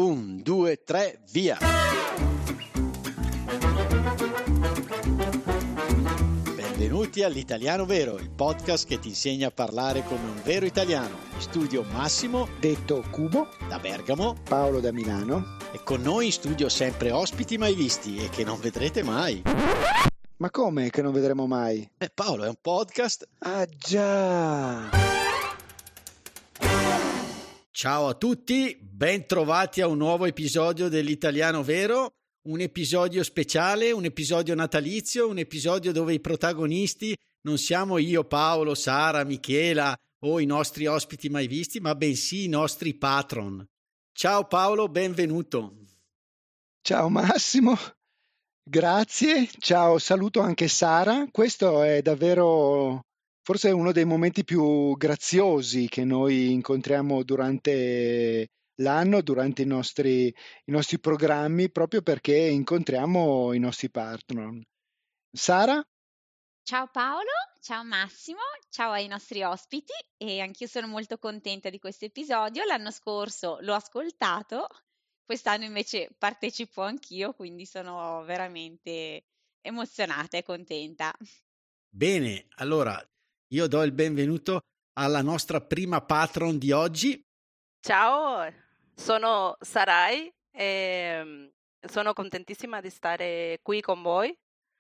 1, 2, 3, via! Benvenuti all'Italiano Vero, il podcast che ti insegna a parlare come un vero italiano. In studio Massimo, detto Cubo, da Bergamo, Paolo da Milano. E con noi in studio sempre ospiti mai visti e che non vedrete mai. Ma come che non vedremo mai? Paolo, è un podcast. Ah già! Ciao a tutti, ben trovati a un nuovo episodio dell'Italiano Vero, un episodio speciale, un episodio natalizio, un episodio dove i protagonisti non siamo io, Paolo, Sara, Michela o i nostri ospiti mai visti, ma bensì i nostri patron. Ciao Paolo, benvenuto. Ciao Massimo, grazie, ciao, saluto anche Sara. Questo è davvero forse uno dei momenti più graziosi che noi incontriamo durante l'anno, durante i nostri programmi, proprio perché incontriamo i nostri patron. Sara? Ciao Paolo, ciao Massimo, ciao ai nostri ospiti e anch'io sono molto contenta di questo episodio. L'anno scorso l'ho ascoltato, quest'anno invece partecipo anch'io, quindi sono veramente emozionata e contenta. Bene, allora io do il benvenuto alla nostra prima patron di oggi. Ciao, sono Sarai e sono contentissima di stare qui con voi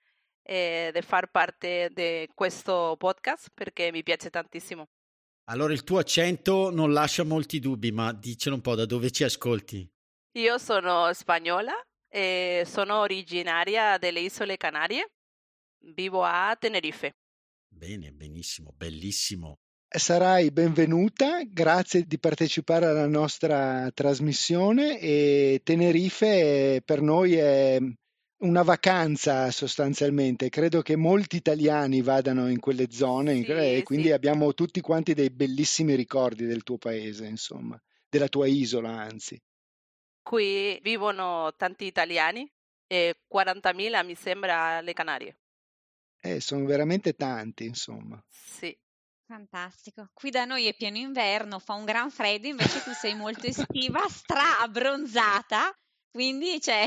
e di far parte di questo podcast perché mi piace tantissimo. Allora il tuo accento non lascia molti dubbi, ma dicelo un po' da dove ci ascolti. Io sono spagnola e sono originaria delle Isole Canarie, vivo a Tenerife. Bene, benissimo, bellissimo. Sarai benvenuta, grazie di partecipare alla nostra trasmissione e Tenerife per noi è una vacanza sostanzialmente, credo che molti italiani vadano in quelle zone e quindi Sì. abbiamo tutti quanti dei bellissimi ricordi del tuo paese, insomma, della tua isola anzi. Qui vivono tanti italiani e 40.000 mi sembra alle Canarie. Sono veramente tanti, insomma. Sì. Fantastico. Qui da noi è pieno inverno, fa un gran freddo, invece tu sei molto estiva, abbronzata, quindi c'è...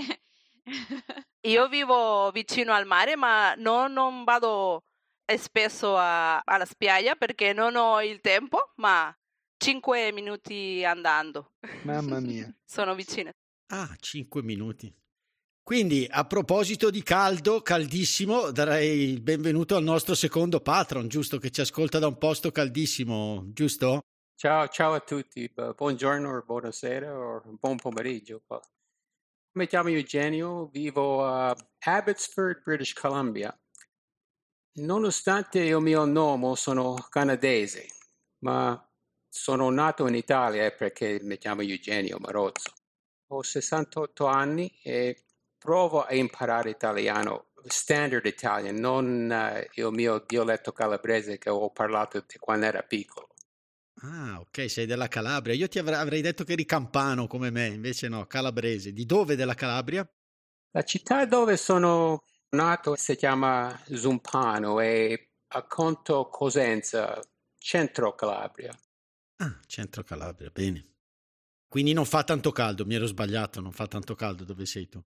Io vivo vicino al mare, ma non vado spesso alla spiaggia perché non ho il tempo, ma 5 minuti andando. Mamma mia. Sono vicina. 5 minuti. Quindi, a proposito di caldo, caldissimo, darei il benvenuto al nostro secondo patron, giusto? Che ci ascolta da un posto caldissimo, giusto? Ciao a tutti, buongiorno o buonasera o buon pomeriggio. Mi chiamo Eugenio, vivo a Abbotsford, British Columbia. Nonostante il mio nome sono canadese, ma sono nato in Italia perché mi chiamo Eugenio Marozzo. Ho 68 anni e provo a imparare italiano, standard Italian, non il mio dialetto calabrese che ho parlato quando era piccolo. Ah, ok, sei della Calabria. Io ti avrei detto che eri campano come me, invece no, calabrese. Di dove della Calabria? La città dove sono nato si chiama Zumpano e a Conto Cosenza, centro Calabria. Ah, centro Calabria, bene. Quindi non fa tanto caldo, mi ero sbagliato, non fa tanto caldo dove sei tu.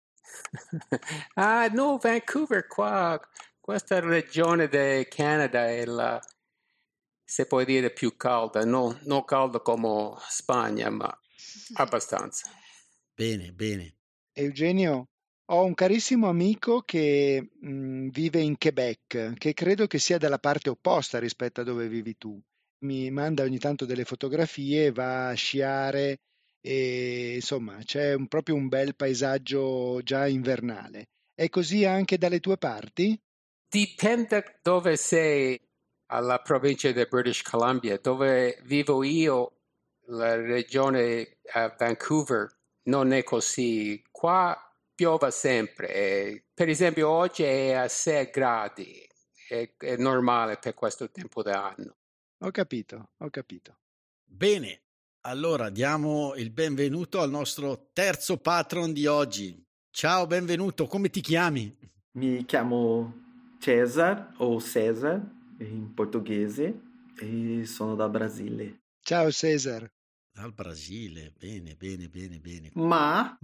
No, Vancouver qua, questa regione del Canada è la, se puoi dire, più calda, non calda come Spagna, ma abbastanza. Bene, bene. Eugenio, ho un carissimo amico che vive in Quebec, che credo che sia dalla parte opposta rispetto a dove vivi tu. Mi manda ogni tanto delle fotografie, va a sciare e insomma c'è proprio un bel paesaggio già invernale. È così anche dalle tue parti? Dipende dove sei, alla provincia di British Columbia, dove vivo io, la regione Vancouver, non è così. Qua piove sempre. Per esempio oggi è a 6 gradi, è normale per questo tempo dell'anno. Ho capito. Bene, allora diamo il benvenuto al nostro terzo patron di oggi. Ciao, benvenuto, come ti chiami? Mi chiamo Cesar o Cesar in portoghese e sono da Brasile. Ciao Cesar. Dal Brasile, bene. Ma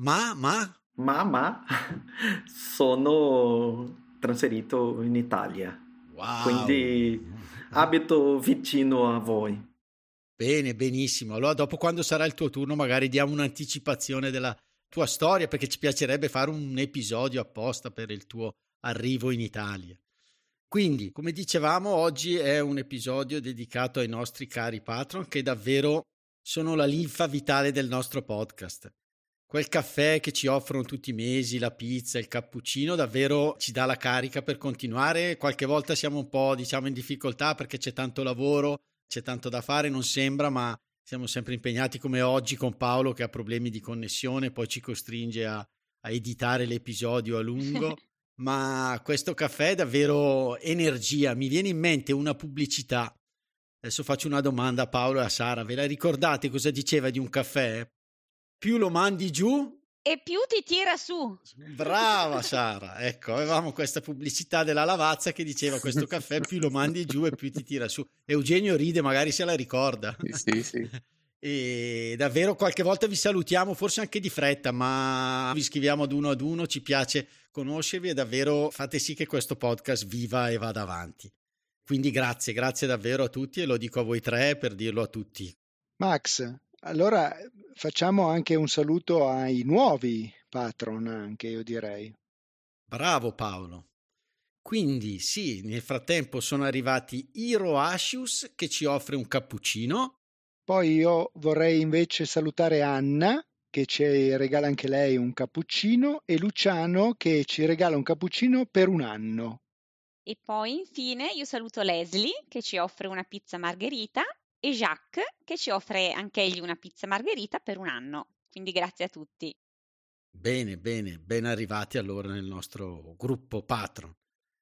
sono trasferito in Italia, Wow. quindi abito vicino a voi. Bene, benissimo. Allora dopo, quando sarà il tuo turno, magari diamo un'anticipazione della tua storia, perché ci piacerebbe fare un episodio apposta per il tuo arrivo in Italia. Quindi, come dicevamo, oggi è un episodio dedicato ai nostri cari patron, che davvero sono la linfa vitale del nostro podcast. Quel caffè che ci offrono tutti i mesi, la pizza, il cappuccino, davvero ci dà la carica per continuare. Qualche volta siamo un po', in difficoltà perché c'è tanto lavoro, c'è tanto da fare, non sembra, ma siamo sempre impegnati, come oggi con Paolo che ha problemi di connessione, poi ci costringe a editare l'episodio a lungo. Ma questo caffè è davvero energia. Mi viene in mente una pubblicità. Adesso faccio una domanda a Paolo e a Sara. Ve la ricordate cosa diceva di un caffè? Più lo mandi giù E più ti tira su. Brava Sara, ecco, avevamo questa pubblicità della Lavazza che diceva questo caffè più lo mandi giù e più ti tira su. Eugenio ride, magari se la ricorda. Sì. E davvero qualche volta vi salutiamo, forse anche di fretta, ma vi scriviamo ad uno, ci piace conoscervi e davvero fate sì che questo podcast viva e vada avanti. Quindi grazie davvero a tutti, e lo dico a voi tre per dirlo a tutti. Max, allora facciamo anche un saluto ai nuovi patron, anche io direi. Bravo Paolo. Quindi sì, nel frattempo sono arrivati Hiro Ascius che ci offre un cappuccino. Poi io vorrei invece salutare Anna, che ci regala anche lei un cappuccino, e Luciano, che ci regala un cappuccino per un anno. E poi infine io saluto Leslie che ci offre una pizza margherita e Jacques che ci offre anche egli una pizza margherita per un anno. Quindi grazie a tutti. Bene, ben arrivati allora nel nostro gruppo patron.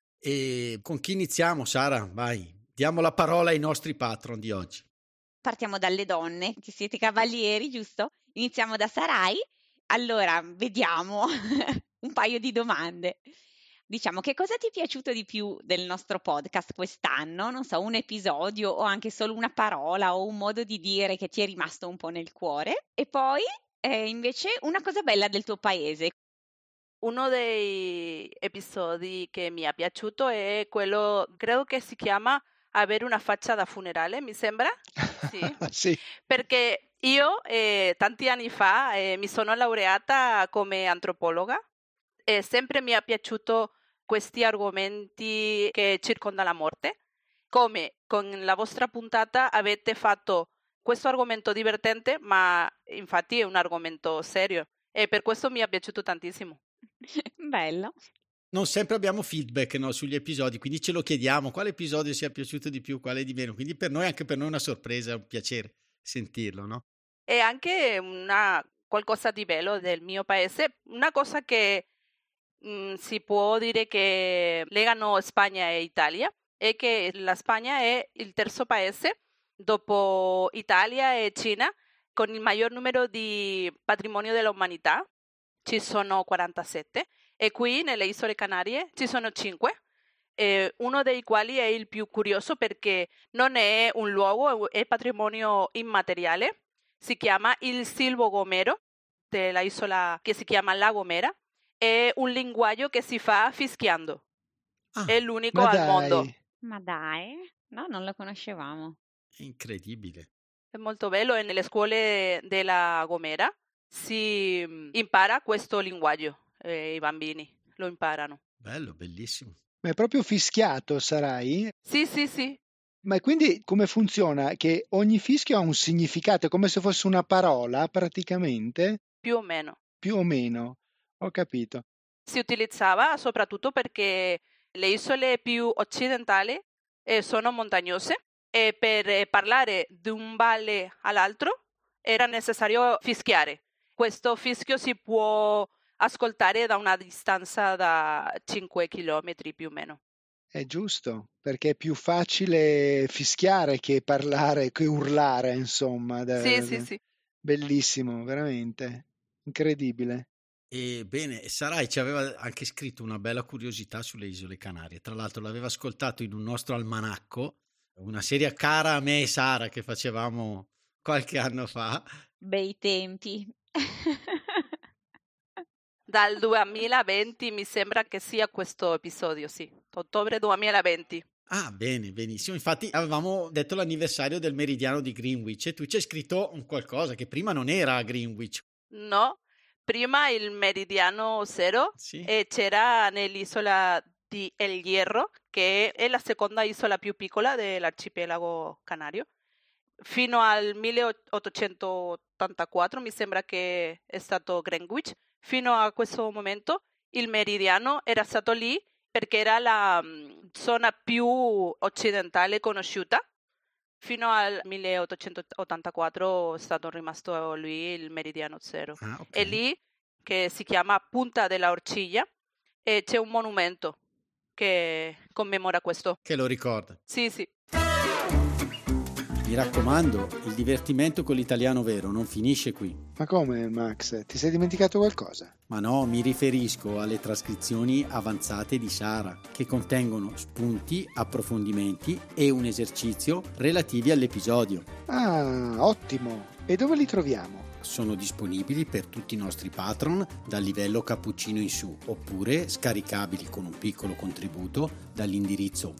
E con chi iniziamo, Sara? Vai, diamo la parola ai nostri patron di oggi. Partiamo dalle donne, che siete cavalieri, giusto? Iniziamo da Sarai. Allora, vediamo un paio di domande. Diciamo, che cosa ti è piaciuto di più del nostro podcast quest'anno? Non so, un episodio o anche solo una parola o un modo di dire che ti è rimasto un po' nel cuore? E poi, invece, una cosa bella del tuo paese. Uno dei episodi che mi è piaciuto è quello, credo che si chiama Avere una faccia da funerale, mi sembra. Sì. Sì. Perché io tanti anni fa mi sono laureata come antropologa e sempre mi è piaciuto questi argomenti che circondano la morte. Come con la vostra puntata avete fatto questo argomento divertente, ma infatti è un argomento serio e per questo mi è piaciuto tantissimo. Bello. Non sempre abbiamo feedback, no, sugli episodi, quindi ce lo chiediamo quale episodio ci è piaciuto di più, quale di meno. Quindi per noi, anche per noi è una sorpresa, è un piacere sentirlo, no? E anche qualcosa di bello del mio paese, una cosa che si può dire che legano Spagna e Italia è che la Spagna è il terzo paese dopo Italia e Cina con il maggior numero di patrimonio dell'umanità. Ci sono 47 e qui nelle Isole Canarie ci sono 5, uno dei quali è il più curioso perché non è un luogo, è patrimonio immateriale, si chiama il Silvo Gomero della isola che si chiama La Gomera, è un linguaggio che si fa fischiando, è l'unico al mondo. Ma dai, no, non lo conoscevamo. È incredibile. È molto bello e nelle scuole della Gomera si impara questo linguaggio, i bambini lo imparano. Bello, bellissimo. Ma è proprio fischiato, Sarai? Sì. Ma quindi come funziona? Che ogni fischio ha un significato, è come se fosse una parola praticamente? Più o meno. Più o meno, ho capito. Si utilizzava soprattutto perché le isole più occidentali sono montagnose e per parlare di un valle all'altro era necessario fischiare. Questo fischio si può ascoltare da una distanza da 5 chilometri più o meno. È giusto, perché è più facile fischiare che parlare, che urlare, insomma. Sì. Bellissimo, veramente. Incredibile. E bene, Sarai ci aveva anche scritto una bella curiosità sulle Isole Canarie. Tra l'altro l'aveva ascoltato in un nostro almanacco, una serie cara a me e Sara che facevamo qualche anno fa. Bei tempi. Dal 2020 mi sembra che sia questo episodio, sì. Ottobre 2020. Ah, bene, benissimo. Infatti avevamo detto l'anniversario del meridiano di Greenwich e tu ci hai scritto un qualcosa che prima non era a Greenwich. No, prima il meridiano zero Sì. e c'era nell'isola di El Hierro, che è la seconda isola più piccola dell'arcipelago canario. Fino al 1884 mi sembra che è stato Greenwich. Fino a questo momento il meridiano era stato lì perché era la zona più occidentale conosciuta. Fino al 1884 è stato rimasto lì il meridiano zero. Ah, ok. È lì che si chiama Punta della Orciglia e c'è un monumento che commemora questo. Che lo ricorda. Sì, sì. Mi raccomando, il divertimento con l'italiano vero non finisce qui. Ma come, Max? Ti sei dimenticato qualcosa? Ma no, mi riferisco alle trascrizioni avanzate di Sara, che contengono spunti, approfondimenti e un esercizio relativi all'episodio. Ah, ottimo! E dove li troviamo? Sono disponibili per tutti i nostri patron dal livello cappuccino in su, oppure scaricabili con un piccolo contributo dall'indirizzo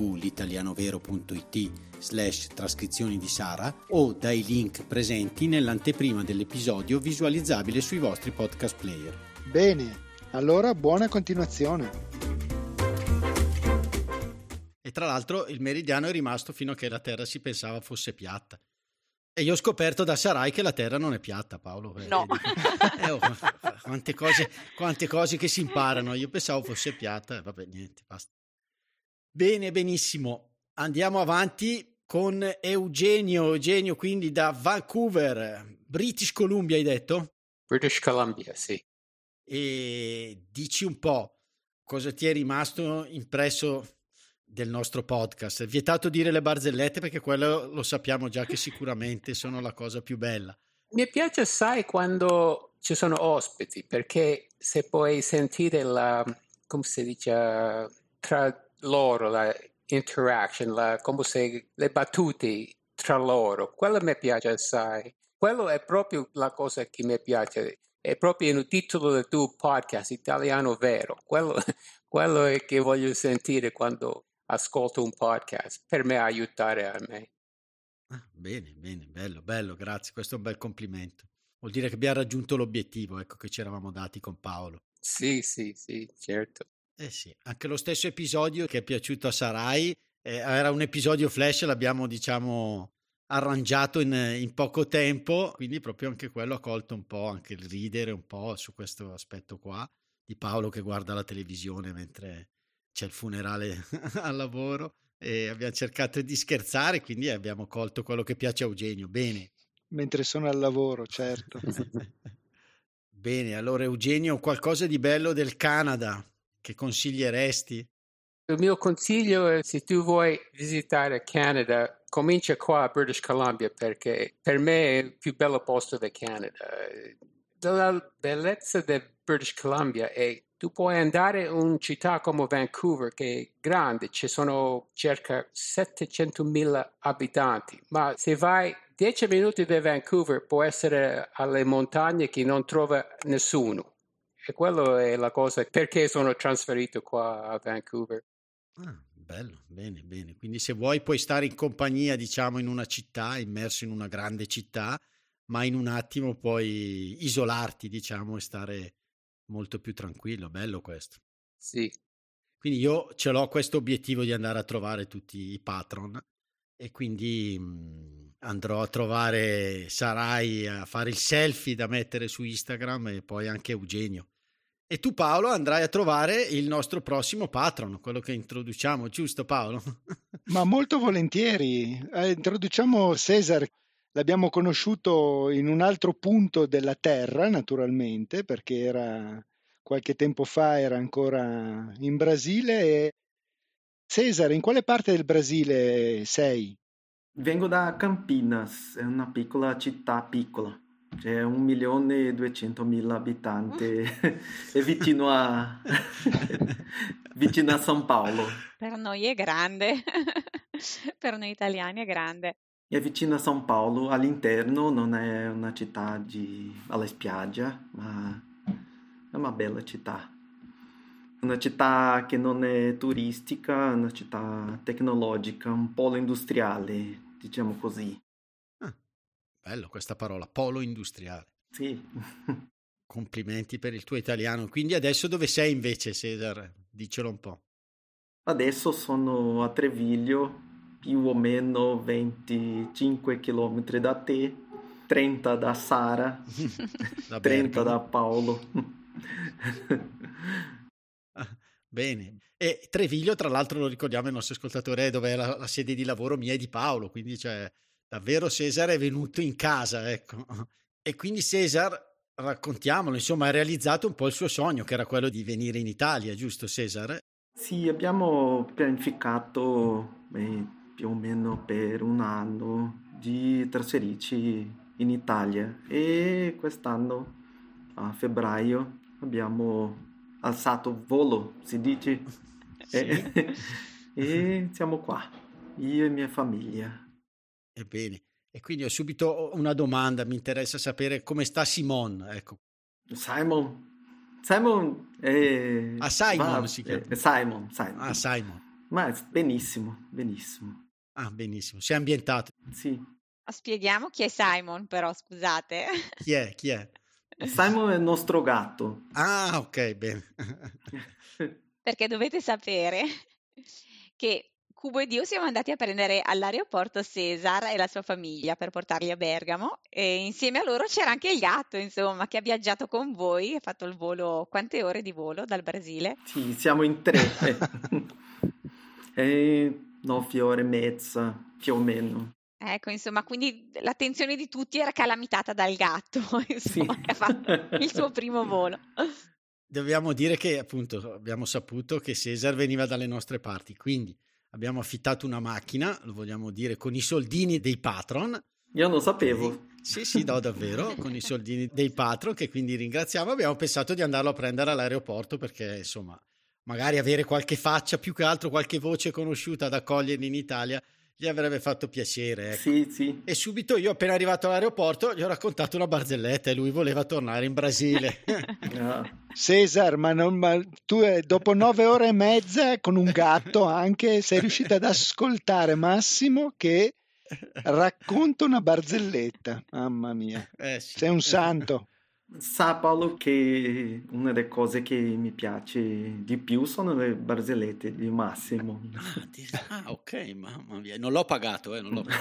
www.l'italianovero.it/trascrizioni di Sara o dai link presenti nell'anteprima dell'episodio visualizzabile sui vostri podcast player. Bene, allora buona continuazione. E tra l'altro il meridiano è rimasto fino a che la Terra si pensava fosse piatta. E io ho scoperto da Sarai che la Terra non è piatta, Paolo. No. Quante cose che si imparano. Io pensavo fosse piatta. Vabbè, niente, basta. Bene, benissimo. Andiamo avanti con Eugenio. Eugenio, quindi da Vancouver, British Columbia, hai detto? British Columbia, sì. E dici un po' cosa ti è rimasto impresso del nostro podcast. È vietato dire le barzellette perché quello lo sappiamo già che sicuramente sono la cosa più bella. Mi piace assai quando ci sono ospiti, perché se puoi sentire come si dice, tra loro, la interaction, come se le battute tra loro, quello mi piace assai. Quello è proprio la cosa che mi piace. È proprio il titolo del tuo podcast, Italiano Vero. Quello è che voglio sentire quando ascolto un podcast, per me aiutare a me. Ah, bene, bello, grazie, questo è un bel complimento. Vuol dire che abbiamo raggiunto l'obiettivo, ecco, che ci eravamo dati con Paolo. Sì, certo. Sì, anche lo stesso episodio che è piaciuto a Sarai, era un episodio flash, l'abbiamo, diciamo, arrangiato in poco tempo, quindi proprio anche quello ha colto un po' anche il ridere un po' su questo aspetto qua, di Paolo che guarda la televisione mentre c'è il funerale al lavoro, e abbiamo cercato di scherzare, quindi abbiamo colto quello che piace a Eugenio. Bene. Mentre sono al lavoro, certo. Bene, allora Eugenio, qualcosa di bello del Canada che consiglieresti? Il mio consiglio è, se tu vuoi visitare Canada, comincia qua a British Columbia, perché per me è il più bello posto del Canada. La bellezza del British Columbia è tu puoi andare in una città come Vancouver, che è grande, ci sono circa 700.000 abitanti, ma se vai 10 minuti da Vancouver può essere alle montagne che non trova nessuno. E quello è la cosa perché sono trasferito qua a Vancouver. Ah, bello, bene. Quindi se vuoi puoi stare in compagnia, diciamo, in una città, immerso in una grande città, ma in un attimo puoi isolarti, diciamo, e stare molto più tranquillo. Bello questo. Sì. Quindi io ce l'ho questo obiettivo di andare a trovare tutti i patron e quindi andrò a trovare Sarai a fare il selfie da mettere su Instagram e poi anche Eugenio. E tu, Paolo, andrai a trovare il nostro prossimo patron, quello che introduciamo, giusto Paolo? Ma molto volentieri. Introduciamo Cesar. L'abbiamo conosciuto in un altro punto della Terra, naturalmente, perché qualche tempo fa era ancora in Brasile. E Cesare, in quale parte del Brasile sei? Vengo da Campinas, è una piccola città piccola, c'è 1.200.000 abitanti, è vicino a San Paolo. Per noi è grande, per noi italiani è grande. È vicino a São Paulo, all'interno, non è una città alla spiaggia, ma è una bella città. Una città che non è turistica, una città tecnologica, un polo industriale, diciamo così. Ah, bello questa parola, polo industriale. Sì. Complimenti per il tuo italiano. Quindi adesso dove sei invece, Cesar? Dicelo un po'. Adesso sono a Treviglio, più o meno 25 km da te, 30 da Sara, Da 30 Bergamo. da Paolo. Bene. E Treviglio, tra l'altro, lo ricordiamo ai nostri ascoltatori, è dove è la sede di lavoro mia e di Paolo, quindi cioè, davvero Cesar è venuto in casa, ecco. E quindi Cesar, raccontiamolo, insomma, ha realizzato un po' il suo sogno, che era quello di venire in Italia, giusto Cesar? Sì, abbiamo pianificato più o meno per un anno di trasferirci in Italia e quest'anno, a febbraio, abbiamo alzato volo, si dice, Sì. e siamo qua, io e mia famiglia. Ebbene, e quindi ho subito una domanda, mi interessa sapere come sta Simon, ecco. Simon Simon si chiama. Simon. Ah, Simon. Ma benissimo. Ah, benissimo, si è ambientato. Sì. Spieghiamo chi è Simon, però, scusate. Chi è? Simon è il nostro gatto. Ah, ok, bene. Perché dovete sapere che Cubo ed io siamo andati a prendere all'aeroporto Cesar e la sua famiglia per portarli a Bergamo e insieme a loro c'era anche il gatto, insomma, che ha viaggiato con voi, ha fatto il volo, quante ore di volo dal Brasile? Sì, siamo in 3. 9 ore e mezza, più o meno. Ecco, insomma, quindi l'attenzione di tutti era calamitata dal gatto, insomma, Sì. che ha fatto il suo primo volo. Dobbiamo dire che appunto abbiamo saputo che Cesar veniva dalle nostre parti, quindi abbiamo affittato una macchina, lo vogliamo dire, con i soldini dei patron. Io non sapevo. Okay. Sì, no, davvero, con i soldini dei patron, che quindi ringraziamo. Abbiamo pensato di andarlo a prendere all'aeroporto perché, insomma, magari avere qualche faccia, più che altro qualche voce conosciuta ad accoglierli in Italia, gli avrebbe fatto piacere. Ecco. Sì. E subito io, appena arrivato all'aeroporto, gli ho raccontato una barzelletta e lui voleva tornare in Brasile. Cesar, ma tu dopo 9 ore e mezza con un gatto anche sei riuscito ad ascoltare Massimo che racconta una barzelletta. Mamma mia, Sì. sei un santo. Sa Paolo che una delle cose che mi piace di più sono le barzellette di Massimo. Ok, mamma mia, non l'ho pagato, non l'ho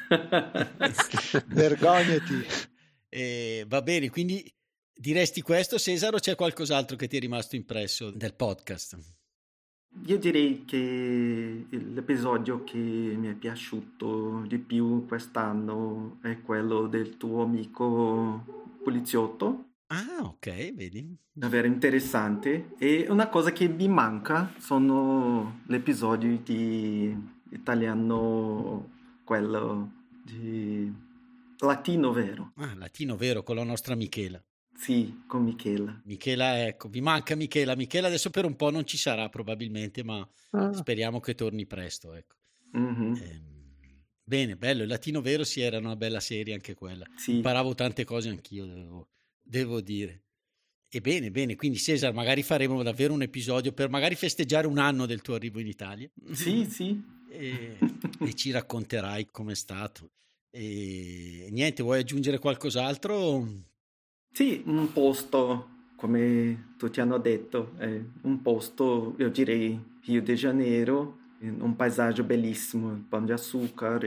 pagato. Vergognati. Va bene, quindi diresti questo, Cesaro, o c'è qualcos'altro che ti è rimasto impresso del podcast? Io direi che l'episodio che mi è piaciuto di più quest'anno è quello del tuo amico poliziotto. Ah, ok, vedi. Davvero interessante. E una cosa che mi manca sono gli episodi di italiano, quello di Latino Vero. Ah, Latino Vero, con la nostra Michela. Sì, con Michela. Michela, ecco, vi manca Michela. Michela adesso per un po' non ci sarà probabilmente, ma speriamo che torni presto, ecco. Mm-hmm. Bene, bello, il Latino Vero sì, era una bella serie anche quella. Sì. Imparavo tante cose anch'io, devo dire. E bene, quindi Cesar, magari faremo davvero un episodio per magari festeggiare un anno del tuo arrivo in Italia. Sì. E ci racconterai com'è stato. E niente, vuoi aggiungere qualcos'altro? Sì, un posto, come tutti hanno detto, un posto, io direi Rio de Janeiro, un paesaggio bellissimo, Pão de Açúcar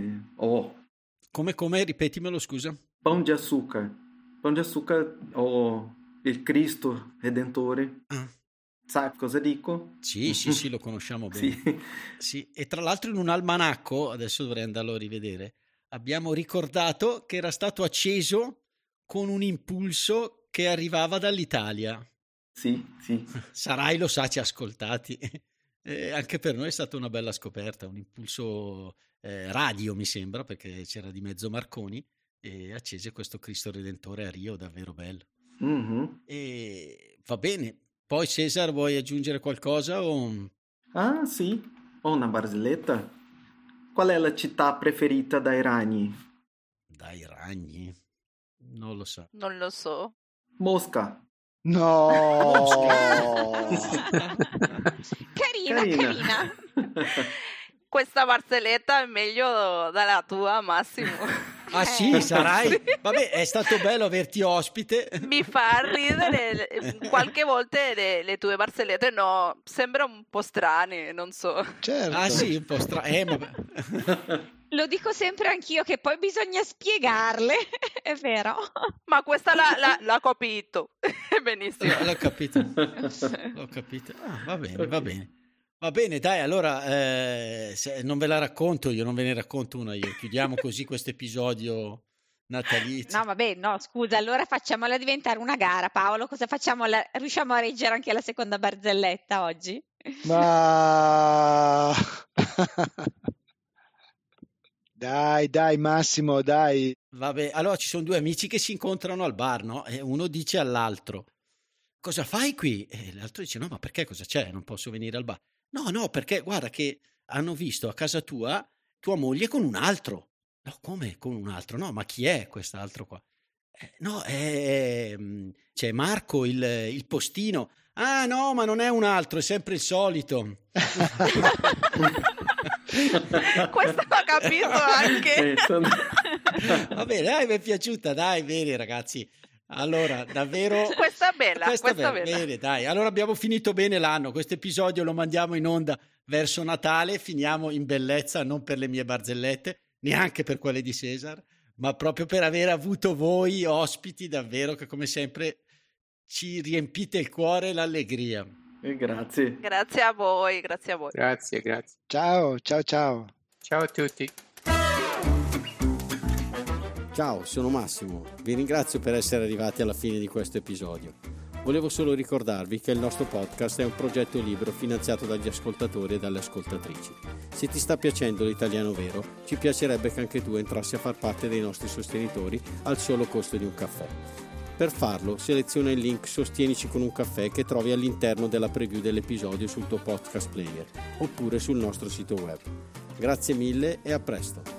Come? Ripetimelo, scusa. Pão de Açúcar o il Cristo Redentore. Sai cosa dico? Sì, lo conosciamo bene. Sì. E tra l'altro in un almanacco, adesso dovrei andarlo a rivedere, abbiamo ricordato che era stato acceso con un impulso che arrivava dall'Italia. Sì. Sarai lo sa, ci ha ascoltati. Anche per noi è stata una bella scoperta, un impulso radio mi sembra, perché c'era di mezzo Marconi e accese questo Cristo Redentore a Rio, davvero bello. Mm-hmm. E va bene, poi Cesar vuoi aggiungere qualcosa? Ah sì, ho una barzelletta. Qual è la città preferita dai ragni? Dai ragni? Non lo so. Non lo so. Mosca. No! Carina. Questa barzelletta è meglio dalla tua, Massimo. Ah sì, sarai? Vabbè, è stato bello averti ospite. Mi fa ridere qualche volta le tue barzellette, no, sembra un po' strane, non so. Certo. Ah sì, un po' strano. Lo dico sempre anch'io, che poi bisogna spiegarle, è vero. Ma questa l'ha capito. Benissimo. L'ho capito. Ah, va bene, va bene. Va bene, dai, allora non ve la racconto io, non ve ne racconto una io. Chiudiamo così questo episodio natalizio. No, vabbè, no, scusa, allora facciamola diventare una gara, Paolo. Cosa facciamo? Riusciamo a reggere anche la seconda barzelletta oggi? Ma dai Massimo, dai. Vabbè, allora ci sono due amici che si incontrano al bar, no? E uno dice all'altro: cosa fai qui? E l'altro dice: no, ma perché, cosa c'è? Non posso venire al bar. No, perché guarda che hanno visto a casa tua moglie con un altro. No, come con un altro? No, ma chi è quest'altro qua? No, c'è Marco, il postino. Ah no, ma non è un altro, è sempre il solito. Questo l'ho capito anche. Va bene, dai, mi è piaciuta, dai, bene ragazzi. Allora, davvero... Questa è bella. Bene, dai. Allora abbiamo finito bene l'anno. Questo episodio lo mandiamo in onda verso Natale. Finiamo in bellezza, non per le mie barzellette, neanche per quelle di Cesar, ma proprio per aver avuto voi ospiti davvero che come sempre ci riempite il cuore e l'allegria. Grazie. Grazie a voi. Grazie. Ciao. Ciao a tutti. Ciao, sono Massimo. Vi ringrazio per essere arrivati alla fine di questo episodio. Volevo solo ricordarvi che il nostro podcast è un progetto libero finanziato dagli ascoltatori e dalle ascoltatrici. Se ti sta piacendo l'italiano vero, ci piacerebbe che anche tu entrassi a far parte dei nostri sostenitori al solo costo di un caffè. Per farlo, seleziona il link Sostienici con un caffè che trovi all'interno della preview dell'episodio sul tuo podcast player oppure sul nostro sito web. Grazie mille e a presto!